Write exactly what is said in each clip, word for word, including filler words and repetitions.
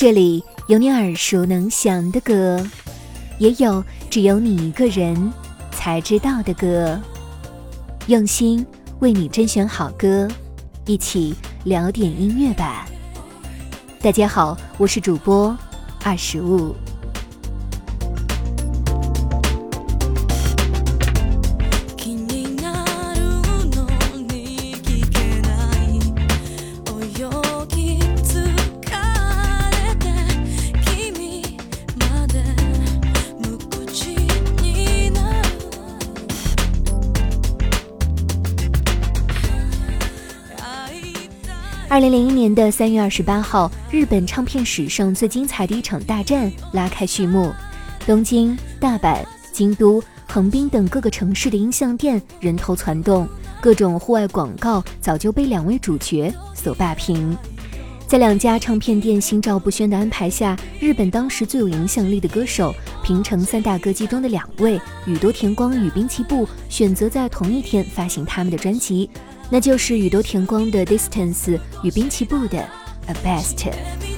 这里有你耳熟能详的歌，也有只有你一个人才知道的歌。用心为你甄选好歌，一起聊点音乐吧。大家好，我是主播二十五。二零零一年的三月二十八号，日本唱片史上最精彩的一场大战拉开序幕。东京、大阪、京都、横滨等各个城市的音像店人头攒动，各种户外广告早就被两位主角所霸屏。在两家唱片店心照不宣的安排下，日本当时最有影响力的歌手平成三大歌姬中的两位宇多田光与滨崎步选择在同一天发行他们的专辑，那就是宇多田光的 Distance 与滨崎步的 A Best。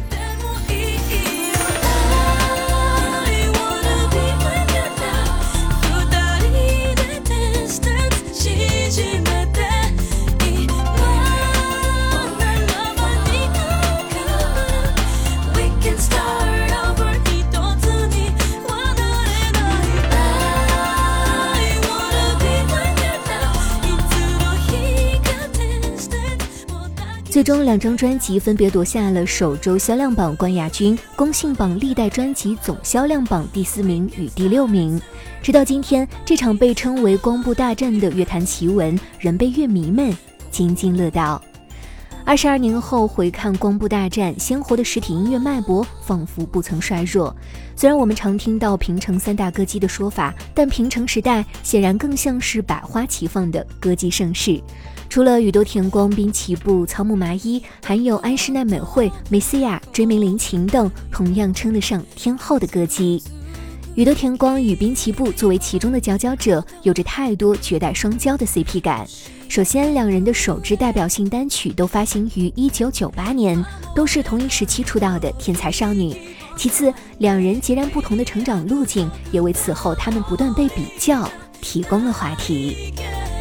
最终两张专辑分别夺下了首周销量榜冠亚军、公信榜历代专辑总销量榜第四名与第六名。直到今天，这场被称为光部大战的乐坛奇闻仍被乐迷们津津乐道。二十二年后回看光部大战，鲜活的实体音乐脉搏仿佛不曾衰弱。虽然我们常听到平成三大歌姬的说法，但平成时代显然更像是百花齐放的歌姬盛世。除了宇多田光、滨崎步、草木麻衣，还有安室奈美惠、梅西亚、追名林檎等同样称得上天后的歌姬。宇多田光与滨崎步作为其中的佼佼者，有着太多绝代双骄的 C P 感。首先，两人的首支代表性单曲都发行于一九九八年，都是同一时期出道的天才少女。其次，两人截然不同的成长路径，也为此后他们不断被比较提供了话题。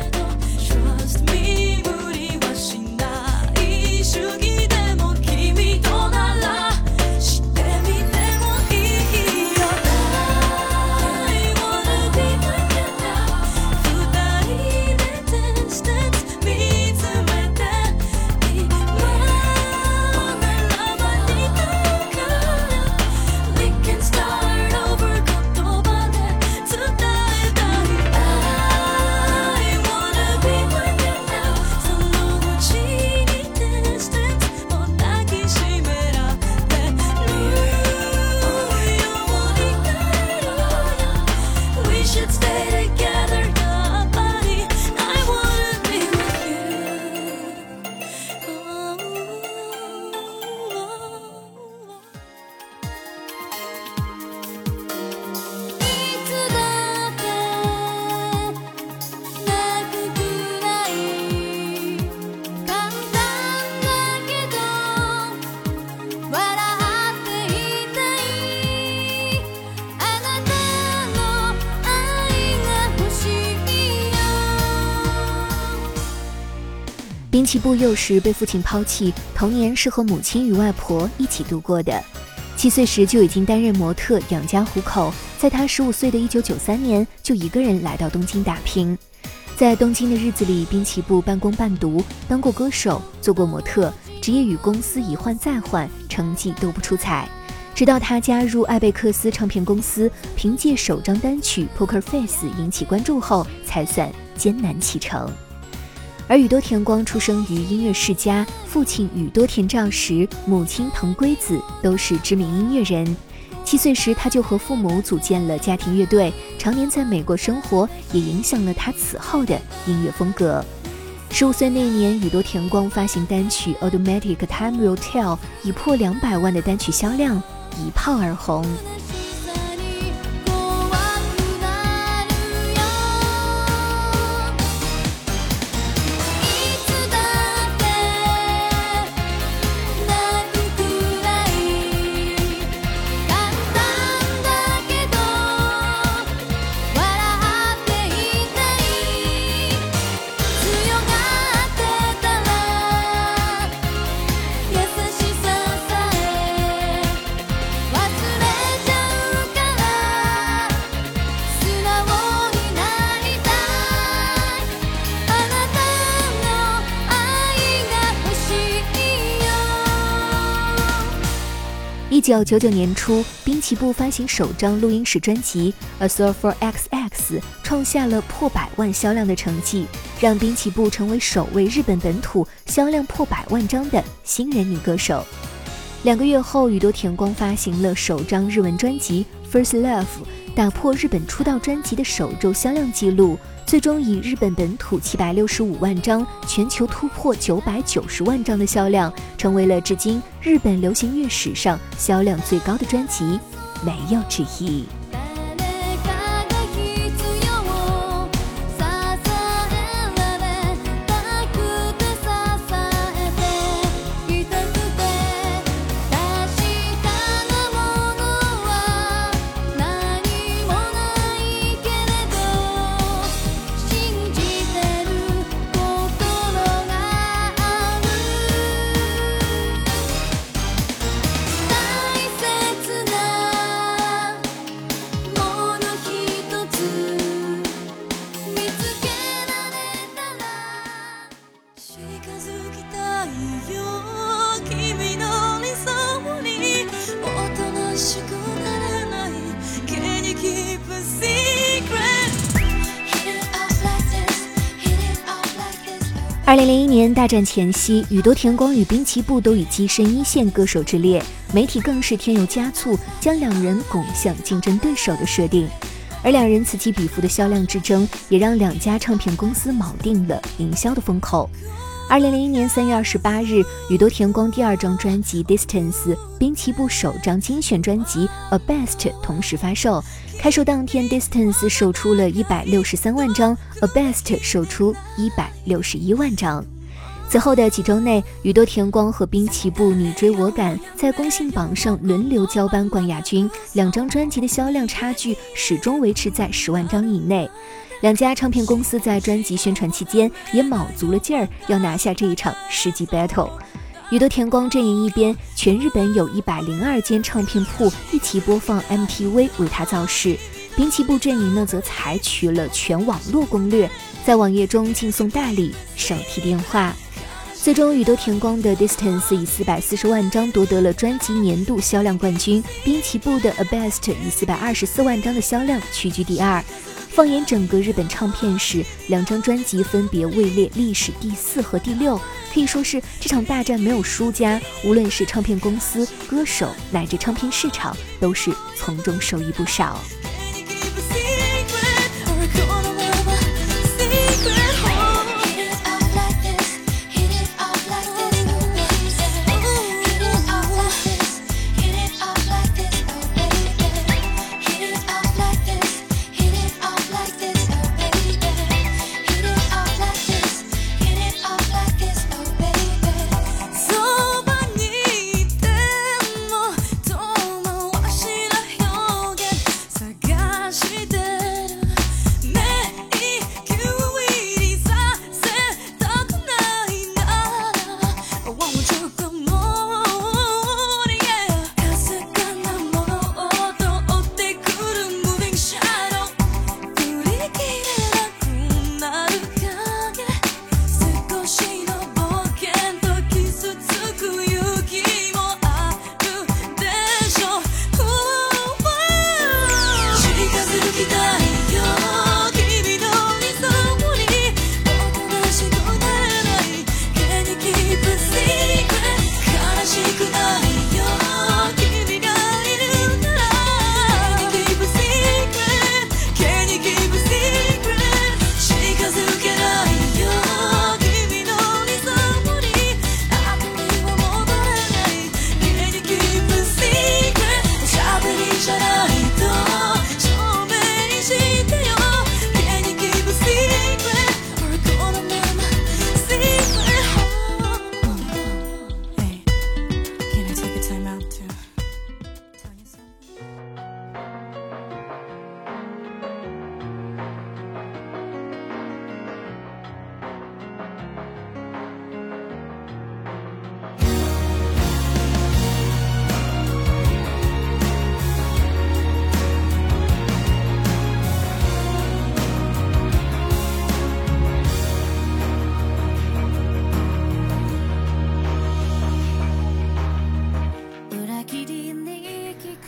滨崎步幼时被父亲抛弃，童年是和母亲与外婆一起度过的。七岁时就已经担任模特养家糊口，在他十五岁的一九九三年就一个人来到东京打拼。在东京的日子里，滨崎步半工半读，当过歌手，做过模特，职业与公司一换再换，成绩都不出彩。直到他加入艾贝克斯唱片公司，凭借首张单曲 Poker Face 引起关注后，才算艰难启程。而宇多田光出生于音乐世家，父亲宇多田照实，母亲藤圭子都是知名音乐人。七岁时，他就和父母组建了家庭乐队，常年在美国生活，也影响了他此后的音乐风格。十五岁那年，宇多田光发行单曲 Automatic Time Will Tell， 以破两百万的单曲销量一炮而红。 一九九九年初，滨崎步发行首张录音室专辑《A Soul for X X》，创下了破百万销量的成绩，让滨崎步成为首位日本本土销量破百万张的新人女歌手。两个月后，宇多田光发行了首张日文专辑《First Love》，打破日本出道专辑的首周销量纪录，最终以日本本土七百六十五万张，全球突破九百九十万张的销量，成为了至今日本流行乐史上销量最高的专辑，没有之一。 二零零一年大战前夕，宇多田光与滨崎步都已跻身一线歌手之列，媒体更是添油加醋，将两人拱向竞争对手的设定。而两人此起彼伏的销量之争，也让两家唱片公司铆定了营销的风口。二零零一年三月二十八日，宇多田光第二张专辑《Distance》，滨崎步首张精选专辑《A Best》同时发售。开售当天，《Distance》售出了一百六十三万张，《A Best》售出一百六十一万张。此后的几周内，宇多田光和滨崎步你追我赶，在公信榜上轮流交班冠亚军，两张专辑的销量差距始终维持在十万张以内。两家唱片公司在专辑宣传期间也卯足了劲儿，要拿下这一场世纪 battle。宇多田光阵营一边，全日本有一百零二间唱片铺一起播放 M T V 为他造势。滨崎步阵营呢，则采取了全网络攻略，在网页中敬送大礼、手提电话。最终，宇多田光的 Distance 以四百四十万张夺得了专辑年度销量冠军，滨崎步的 A Best 以四百二十四万张的销量屈居第二。放眼整个日本唱片史，两张专辑分别位列历史第四和第六，可以说是这场大战没有输家，无论是唱片公司、歌手乃至唱片市场，都是从中受益不少。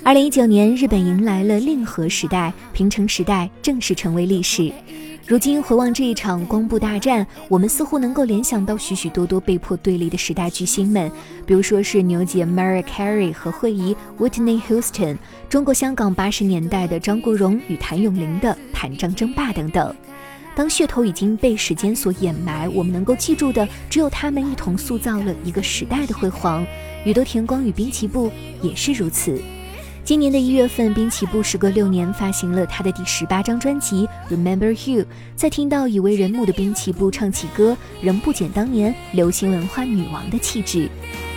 二零一九年，日本迎来了令和时代，平成时代正式成为历史。如今回望这一场光布大战，我们似乎能够联想到许许多多被迫对立的时代巨星们，比如说是牛姐 Mariah Carey 和惠仪 Whitney Houston， 中国香港八十年代的张国荣与谭咏麟的谭张争霸等等。当噱头已经被时间所掩埋，我们能够记住的只有他们一同塑造了一个时代的辉煌。宇多田光与滨崎步也是如此。今年的一月份，滨崎步时隔六年发行了他的第十八张专辑 Remember You。 在听到已为人母的滨崎步唱起歌，仍不减当年流行文化女王的气质。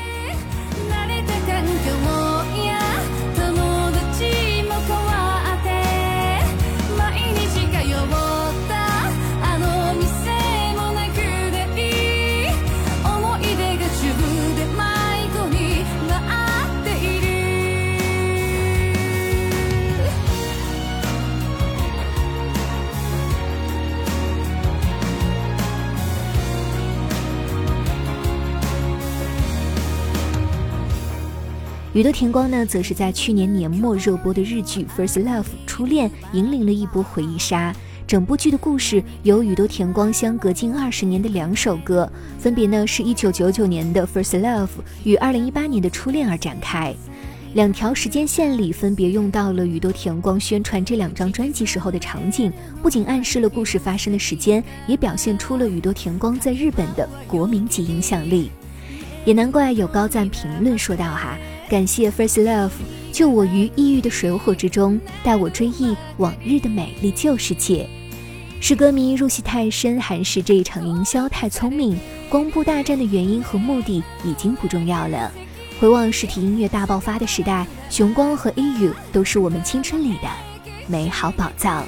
宇多田光呢，则是在去年年末热播的日剧《First Love》初恋引领了一波回忆杀。整部剧的故事由宇多田光相隔近二十年的两首歌，分别呢是一九九九年的《First Love》与二零一八年的《初恋》而展开。两条时间线里分别用到了宇多田光宣传这两张专辑时候的场景，不仅暗示了故事发生的时间，也表现出了宇多田光在日本的国民级影响力。也难怪有高赞评论说道哈，感谢 First Love 救我于抑郁的水火之中，带我追忆往日的美丽旧世界。是歌迷入戏太深，还是这一场营销太聪明？光布大战的原因和目的已经不重要了。回望实体音乐大爆发的时代，雄光和 E U 都是我们青春里的美好宝藏。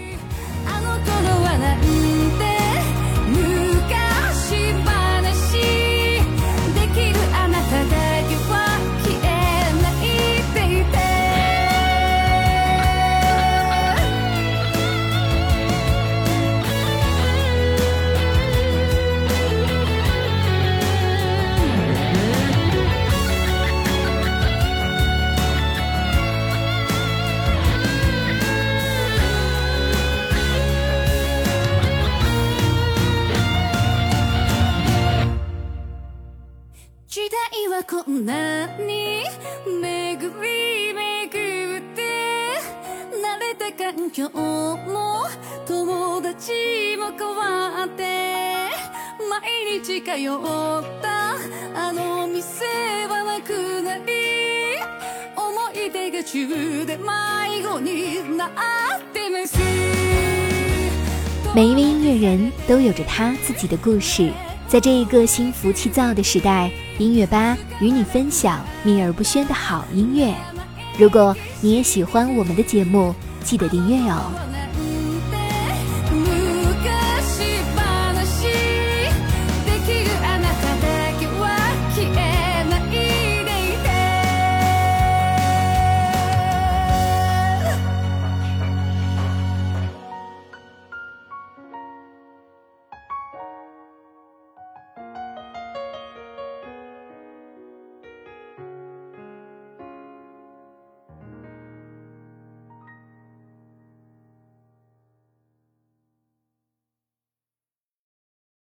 こんなに巡り巡って慣れた環境も友達も変わって毎日通ったあの店はなくなり思い出が中で迷子になってます。 每一位音乐人都有着他自己的故事，在这一个心浮气躁的时代，音乐吧与你分享秘而不宣的好音乐。如果你也喜欢我们的节目，记得订阅哦。